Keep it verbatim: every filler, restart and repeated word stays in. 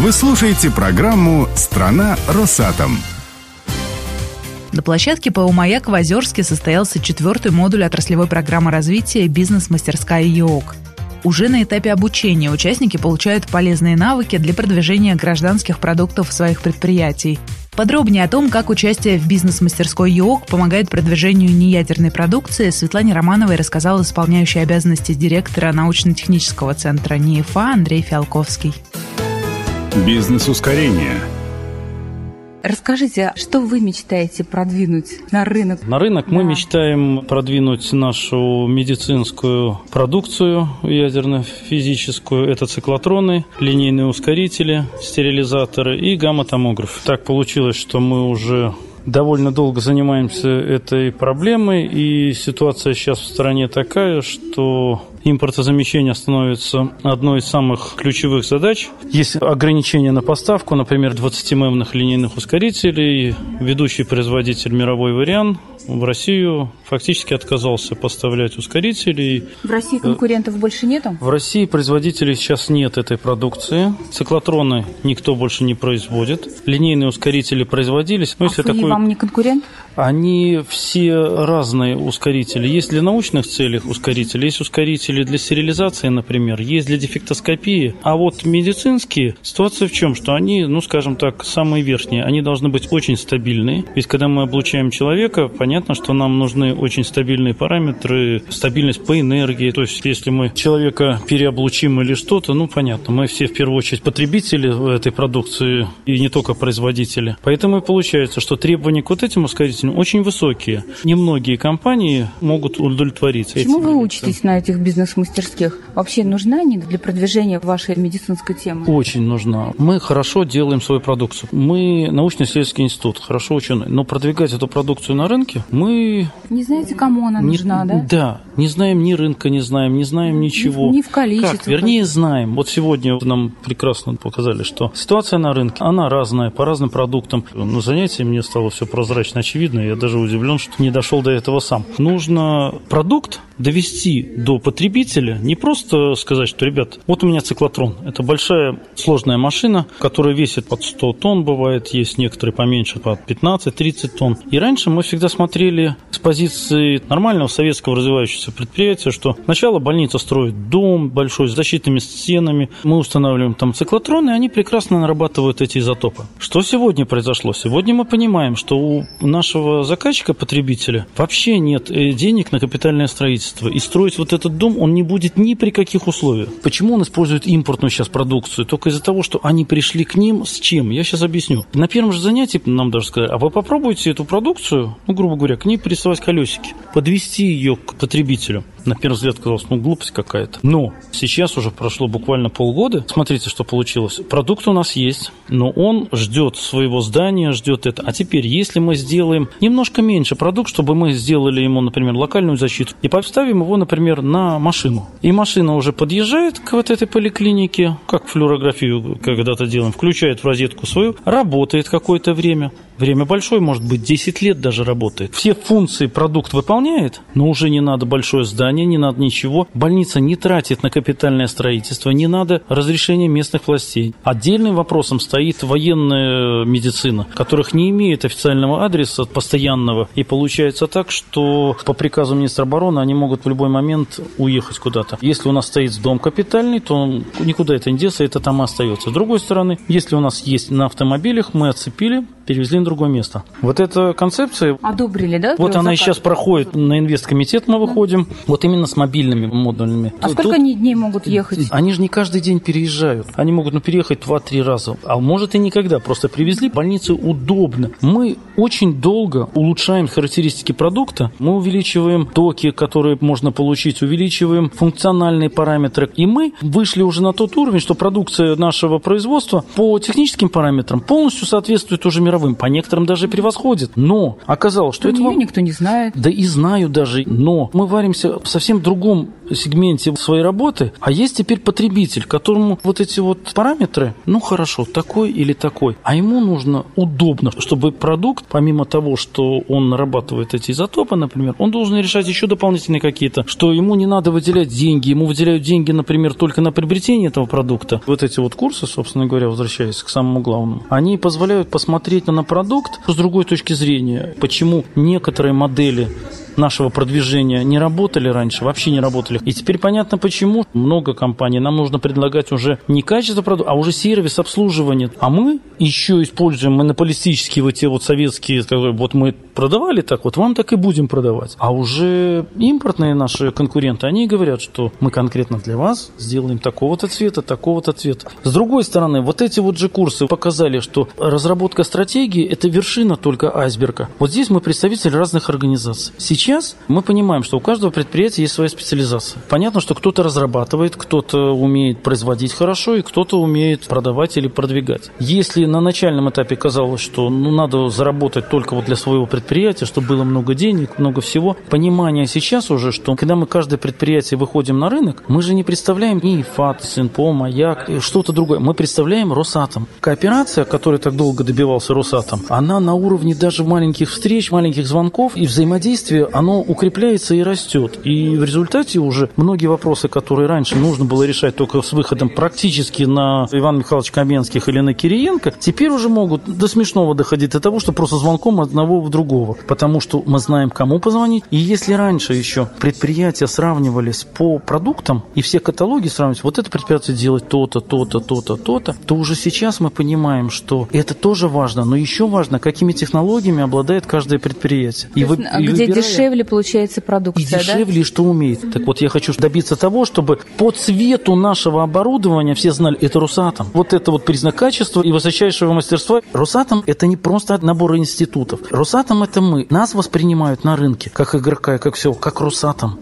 Вы слушаете программу «Страна Росатом». На площадке ПАО «Маяк» в Озерске состоялся четвертый модуль отраслевой программы развития «Бизнес-мастерская ЕОК». Уже на этапе обучения участники получают полезные навыки для продвижения гражданских продуктов своих предприятий. Подробнее о том, как участие в бизнес-мастерской ЕОК помогает продвижению неядерной продукции, Светлане Романовой рассказал исполняющий обязанности директора научно-технического центра НИИФА Андрей Фиалковский. Бизнес-ускорение. Расскажите, что вы мечтаете продвинуть на рынок? На рынок да. мы мечтаем продвинуть нашу медицинскую продукцию ядерно-физическую. Это циклотроны, линейные ускорители, стерилизаторы и гамма-томограф. Так получилось, что мы уже довольно долго занимаемся этой проблемой, и ситуация сейчас в стране такая, что импортозамещение становится одной из самых ключевых задач. Есть ограничения на поставку, например, двадцатимемных линейных ускорителей. Ведущий производитель мировой вариант в Россию фактически отказался поставлять ускорители. В России конкурентов больше нету? В России производителей сейчас нет этой продукции. Циклотроны никто больше не производит. Линейные ускорители производились. Но а если такой... вам не конкурент? Они все разные ускорители. Есть для научных целей ускорители, есть ускорители для стерилизации, например, есть для дефектоскопии. А вот медицинские, ситуация в чем? Что они, ну, скажем так, самые верхние. Они должны быть очень стабильные. Ведь когда мы облучаем человека, понятно, что нам нужны очень стабильные параметры, стабильность по энергии. То есть, если мы человека переоблучим или что-то, ну, понятно, мы все в первую очередь потребители этой продукции и не только производители. Поэтому и получается, что требования к вот этим ускорителям очень высокие. Немногие компании могут удовлетворить. Почему вы учитесь на этих бизнес-мастерских? Вообще нужна они для продвижения вашей медицинской темы? Очень нужна. Мы хорошо делаем свою продукцию. Мы научно-исследовательский институт, хорошо ученый. Но продвигать эту продукцию на рынке мы... Не знаете, кому она не, нужна, да? Да. Не знаем ни рынка, не знаем, не знаем ничего. Не, не в количестве. Как? Вернее, знаем. Вот сегодня нам прекрасно показали, что ситуация на рынке, она разная, по разным продуктам. На занятии мне стало все прозрачно очевидно. Я даже удивлен, что не дошел до этого сам. Нужно продукт довести до потребителя, не просто сказать, что, ребят, вот у меня циклотрон. Это большая сложная машина, которая весит под сто тонн, бывает, есть некоторые поменьше, под пятнадцать-тридцать тонн. И раньше мы всегда смотрели с позиции нормального советского развивающегося предприятия, что сначала больница строит дом большой с защитными стенами, мы устанавливаем там циклотроны, и они прекрасно нарабатывают эти изотопы. Что сегодня произошло? Сегодня мы понимаем, что у нашего заказчика, потребителя, вообще нет денег на капитальное строительство. И строить вот этот дом он не будет ни при каких условиях. Почему он использует импортную сейчас продукцию? Только из-за того, что они пришли к ним с чем? Я сейчас объясню. На первом же занятии нам даже сказали, а вы попробуйте эту продукцию, ну, грубо говоря, к ней пририсовать колесики, подвести ее к потребителю. На первый взгляд казалось, ну, глупость какая-то. Но сейчас уже прошло буквально полгода. Смотрите, что получилось. Продукт у нас есть, но он ждет своего здания, ждет это. А теперь, если мы сделаем немножко меньше продукт, чтобы мы сделали ему, например, локальную защиту, и поставим его, например, на машину. И машина уже подъезжает к вот этой поликлинике, как флюорографию когда-то делаем, включает в розетку свою, работает какое-то время. Время большое, может быть, десять лет даже работает. Все функции продукт выполняет, но уже не надо большое здание, не надо ничего. Больница не тратит на капитальное строительство, не надо разрешения местных властей. Отдельным вопросом стоит военная медицина, которых не имеет официального адреса постоянного. И получается так, что по приказу министра обороны они могут в любой момент уехать куда-то. Если у нас стоит дом капитальный, то никуда это не деться, это там и остается. С другой стороны, если у нас есть на автомобилях, мы отцепили, перевезли на другое место. Вот эта концепция... Одобрили, да? Вот она и сейчас проходит. На инвесткомитет мы выходим. Да. Вот именно с мобильными модулями. А Тут... сколько они дней могут ехать? Они же не каждый день переезжают. Они могут ну, переехать два-три раза. А может и никогда. Просто привезли. Больнице удобно. Мы очень долго улучшаем характеристики продукта. Мы увеличиваем токи, которые можно получить. Увеличиваем функциональные параметры. И мы вышли уже на тот уровень, что продукция нашего производства по техническим параметрам полностью соответствует уже мировым. Понятно, некоторым даже превосходит. Но оказалось, что про этого... нее никто не знает. Да и знаю даже, но мы варимся в совсем другом сегменте своей работы, а есть теперь потребитель, которому вот эти вот параметры, ну хорошо, такой или такой, а ему нужно удобно, чтобы продукт, помимо того, что он нарабатывает эти изотопы, например, он должен решать еще дополнительные какие-то, что ему не надо выделять деньги, ему выделяют деньги, например, только на приобретение этого продукта. Вот эти вот курсы, собственно говоря, возвращаясь к самому главному, они позволяют посмотреть на продукт с другой точки зрения, почему некоторые модели нашего продвижения не работали раньше, вообще не работали. И теперь понятно, почему. Много компаний. Нам нужно предлагать уже не качество продукта, а уже сервис обслуживания. А мы еще используем монополистические вот те вот советские, вот мы продавали так, вот вам так и будем продавать. А уже импортные наши конкуренты, они говорят, что мы конкретно для вас сделаем такого-то цвета, такого-то цвета. С другой стороны, вот эти вот же курсы показали, что разработка стратегии – это вершина только айсберга. Вот здесь мы представители разных организаций. Сейчас мы понимаем, что у каждого предприятия есть своя специализация. Понятно, что кто-то разрабатывает, кто-то умеет производить хорошо, и кто-то умеет продавать или продвигать. Если на начальном этапе казалось, что ну, надо заработать только вот для своего предприятия, чтобы было много денег, много всего, понимание сейчас уже, что когда мы каждое предприятие выходим на рынок, мы же не представляем ни ИФАТ, Синпо, Маяк, что-то другое. Мы представляем Росатом. Кооперация, которой так долго добивался Росатом, она на уровне даже маленьких встреч, маленьких звонков и взаимодействия, оно укрепляется и растет. И в результате уже многие вопросы, которые раньше нужно было решать только с выходом практически на Ивана Михайловича Каменских или на Кириенко, теперь уже могут до смешного доходить до того, что просто звонком одного в другого. Потому что мы знаем, кому позвонить. И если раньше еще предприятия сравнивались по продуктам, и все каталоги сравнивались, вот это предприятие делает то-то, то-то, то-то, то-то, то уже сейчас мы понимаем, что это тоже важно. Но еще важно, какими технологиями обладает каждое предприятие. И вы, а и где выбирая... дешевле получается продукция, И дешевле, да? и что умеет. Так вот, я хочу добиться того, чтобы по цвету нашего оборудования все знали, это Росатом. Вот это вот признак качества и высочайшего мастерства. Росатом – это не просто набор институтов. Росатом – это мы. Нас воспринимают на рынке как игрока, как все, как Росатом.